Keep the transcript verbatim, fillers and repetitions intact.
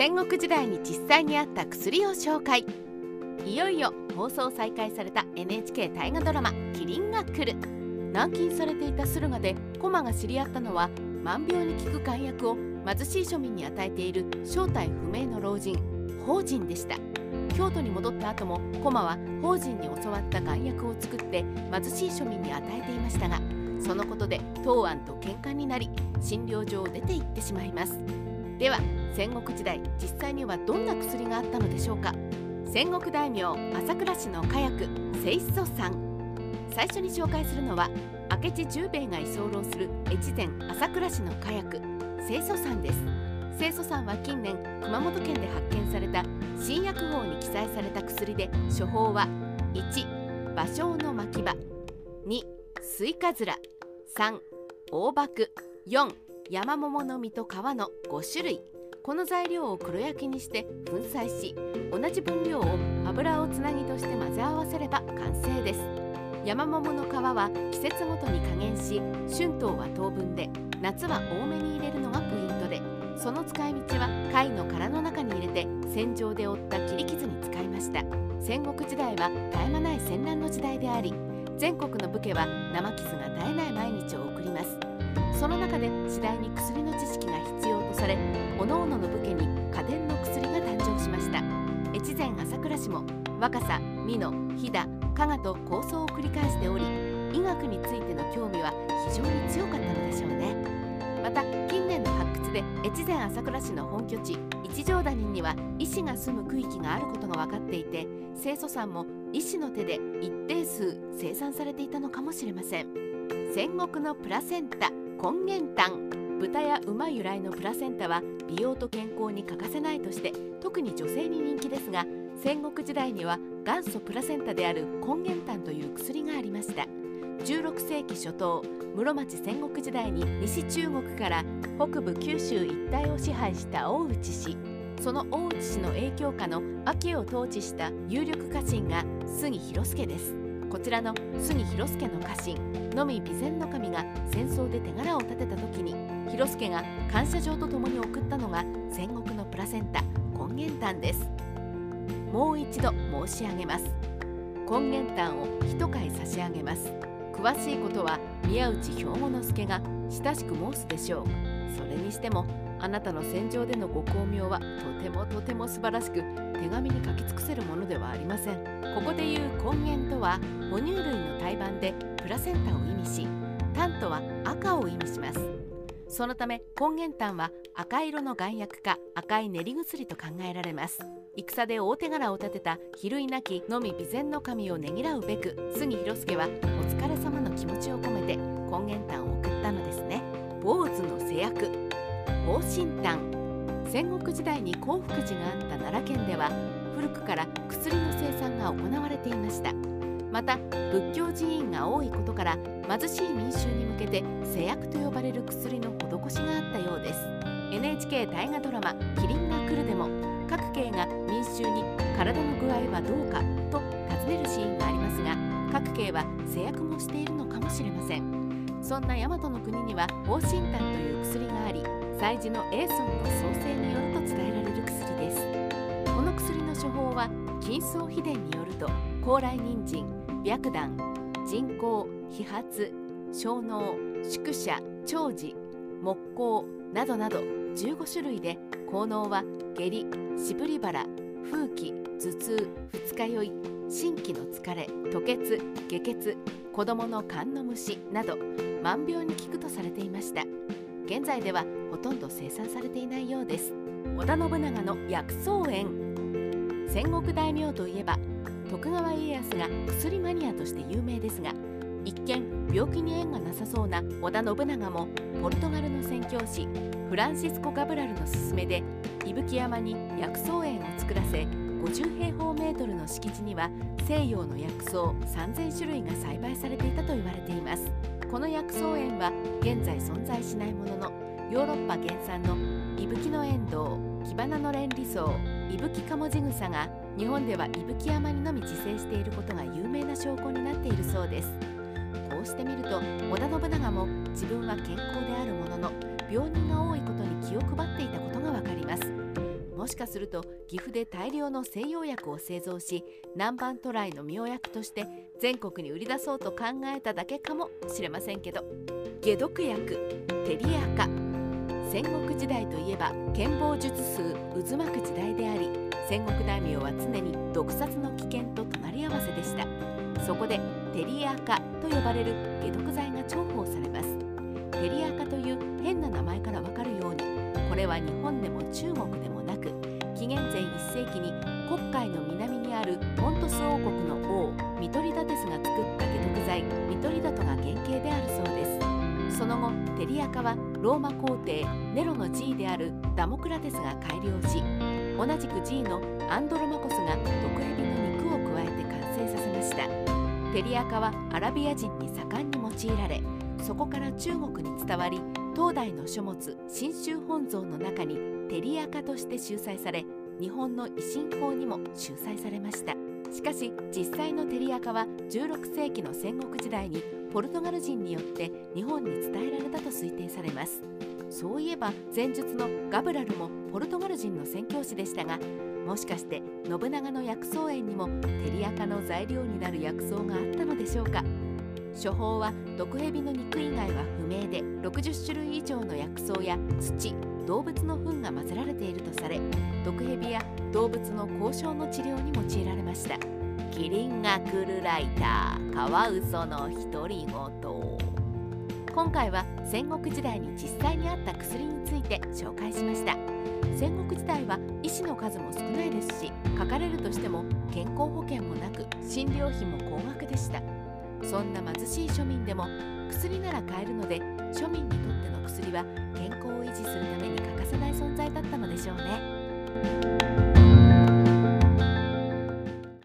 戦国時代に実際にあった薬を紹介。いよいよ放送再開された エヌエイチケー 大河ドラマ「麒麟が来る」。軟禁されていた駿河で駒が知り合ったのは、万病に効く丸薬を貧しい庶民に与えている正体不明の老人宝神でした。京都に戻った後も駒は宝神に教わった丸薬を作って貧しい庶民に与えていましたが、そのことで東庵と喧嘩になり、診療所を出て行ってしまいます。では戦国時代、実際にはどんな薬があったのでしょうか。戦国大名朝倉氏の火薬清楚散。最初に紹介するのは明智十兵衛が居候する越前朝倉氏の火薬清楚散です。清楚散は近年熊本県で発見された新薬法に記載された薬で、処方はいち芭蕉の牧場、にスイカズラ、さん大麦、よん山桃の実と皮のご種類。この材料を黒焼きにして粉砕し、同じ分量を油をつなぎとして混ぜ合わせれば完成です。山桃の皮は季節ごとに加減し、春冬は等分で、夏は多めに入れるのがポイントで、その使い道は貝の殻の中に入れて戦場で負った切り傷に使いました。戦国時代は絶え間ない戦乱の時代であり、全国の武家は生傷が絶えない毎日を送ります。その中で次第に薬の知識が必要とされ、各々の武家に家電の薬が誕生しました。越前朝倉氏も若狭、美濃、飛騨、加賀と構想を繰り返しており、医学についての興味は非常に強かったのでしょうね。また近年の発掘で越前朝倉市の本拠地一乗谷には医師が住む区域があることが分かっていて、清楚散も医師の手で一定数生産されていたのかもしれません。戦国のプラセンタ根源炭。豚や馬由来のプラセンタは美容と健康に欠かせないとして、特に女性に人気ですが、戦国時代には元祖プラセンタである根源炭という薬がありました。じゅうろくせいき初頭、室町戦国時代に西中国から北部九州一帯を支配した大内氏、その大内氏の影響下の秋を統治した有力家臣が杉広助です。こちらの杉広助の家臣野見備前守が戦争で手柄を立てた時に、広助が感謝状とともに送ったのが戦国のプラセンタ根源炭です。もう一度申し上げます。根源炭を一貝差し上げます。詳しいことは宮内兵庫之助が親しく申すでしょう。それにしてもあなたの戦場でのご功名はとてもとても素晴らしく、手紙に書き尽くせるものではありません。ここでいう根源とは哺乳類の胎盤でプラセンタを意味し、炭とは赤を意味します。そのため根源炭は赤色の丸薬か赤い練り薬と考えられます。戦で大手柄を立てた比類なき野見備前守をねぎらうべく、杉広助はお疲れ様の気持ちを込めて根源炭を送ったのですね。坊主の施薬宝神炭。戦国時代に興福寺があった奈良県では古くから薬の生産が行われていました。また仏教寺院が多いことから、貧しい民衆に向けて施薬と呼ばれる薬の施しがあったようです。 エヌエイチケー 大河ドラマ「麒麟が来る」でも各家が民衆に体の具合はどうかと尋ねるシーンがありますが、各家は施薬もしているのかもしれません。そんな大和の国には宝神炭という薬があり、祭事のエーソンの創生によると伝えられる薬です。この薬の処方は金宗秘伝によると、高麗人参、白檀、人工、飛髪、小脳、宿舎、長寿、木工などなどじゅうごしゅるいで、効能は下痢、渋り腹、風気、頭痛、二日酔い、心気の疲れ、吐血、下血、子供の肝の虫など万病に効くとされていました。現在ではほとんど生産されていないようです。織田信長の薬草園。戦国大名といえば徳川家康が薬マニアとして有名ですが、一見病気に縁がなさそうな織田信長もポルトガルの宣教師フランシスコ・ガブラルの勧めで伊吹山に薬草園を作らせ、ごじゅうへいほうメートルの敷地には西洋の薬草さんぜんしゅるいが栽培されていたと言われています。この薬草園は現在存在しないものの、ヨーロッパ原産の伊吹のエンドウ、キバナのレンリソウ、伊吹カモジグサが日本では伊吹山にのみ自生していることが有名な証拠になっているそうです。こうしてみると織田信長も自分は健康であるものの病人が多いことに気を配っていたことがわかります。ももしかすると岐阜で大量の西洋薬を製造し、南蛮渡来の妙薬として全国に売り出そうと考えただけかもしれませんけど。解毒薬テリアカ。戦国時代といえば剣謀術数渦巻く時代であり、戦国大名は常に毒殺の危険と隣り合わせでした。そこでテリアカと呼ばれる解毒剤が重宝されます。テリアカという変な名前からわかるように、これは日本でも中国でもなく、紀元前いっ世紀に黒海の南にあるポントス王国の王ミトリダテスが作った解毒剤ミトリダトが原型であるそうです。その後テリアカはローマ皇帝ネロの侍医であるダモクラテスが改良し、同じく侍医のアンドロマコスが毒蛇の肉を加えて完成させました。テリアカはアラビア人に盛んに用いられ、そこから中国に伝わり、当代の書物真宗本草の中にテリアカとして収載され、日本の維新法にも収載されました。しかし実際のテリアカはじゅうろく世紀の戦国時代にポルトガル人によって日本に伝えられたと推定されます。そういえば前述のガブラルもポルトガル人の宣教師でしたが、もしかして信長の薬草園にもテリアカの材料になる薬草があったのでしょうか。処方は毒蛇の肉以外は不明で、ろくじゅっ種類以上の薬草や土、動物の糞が混ぜられているとされ、毒蛇や動物の後傷の治療に用いられました。キリンが来るライターカワウソの独り言。今回は戦国時代に実際にあった薬について紹介しました。戦国時代は医師の数も少ないですし、かかれるとしても健康保険もなく、診療費も高額でした。そんな貧しい庶民でも薬なら買えるので、庶民にとっての薬は健康を維持するために欠かせない存在だったのでしょうね。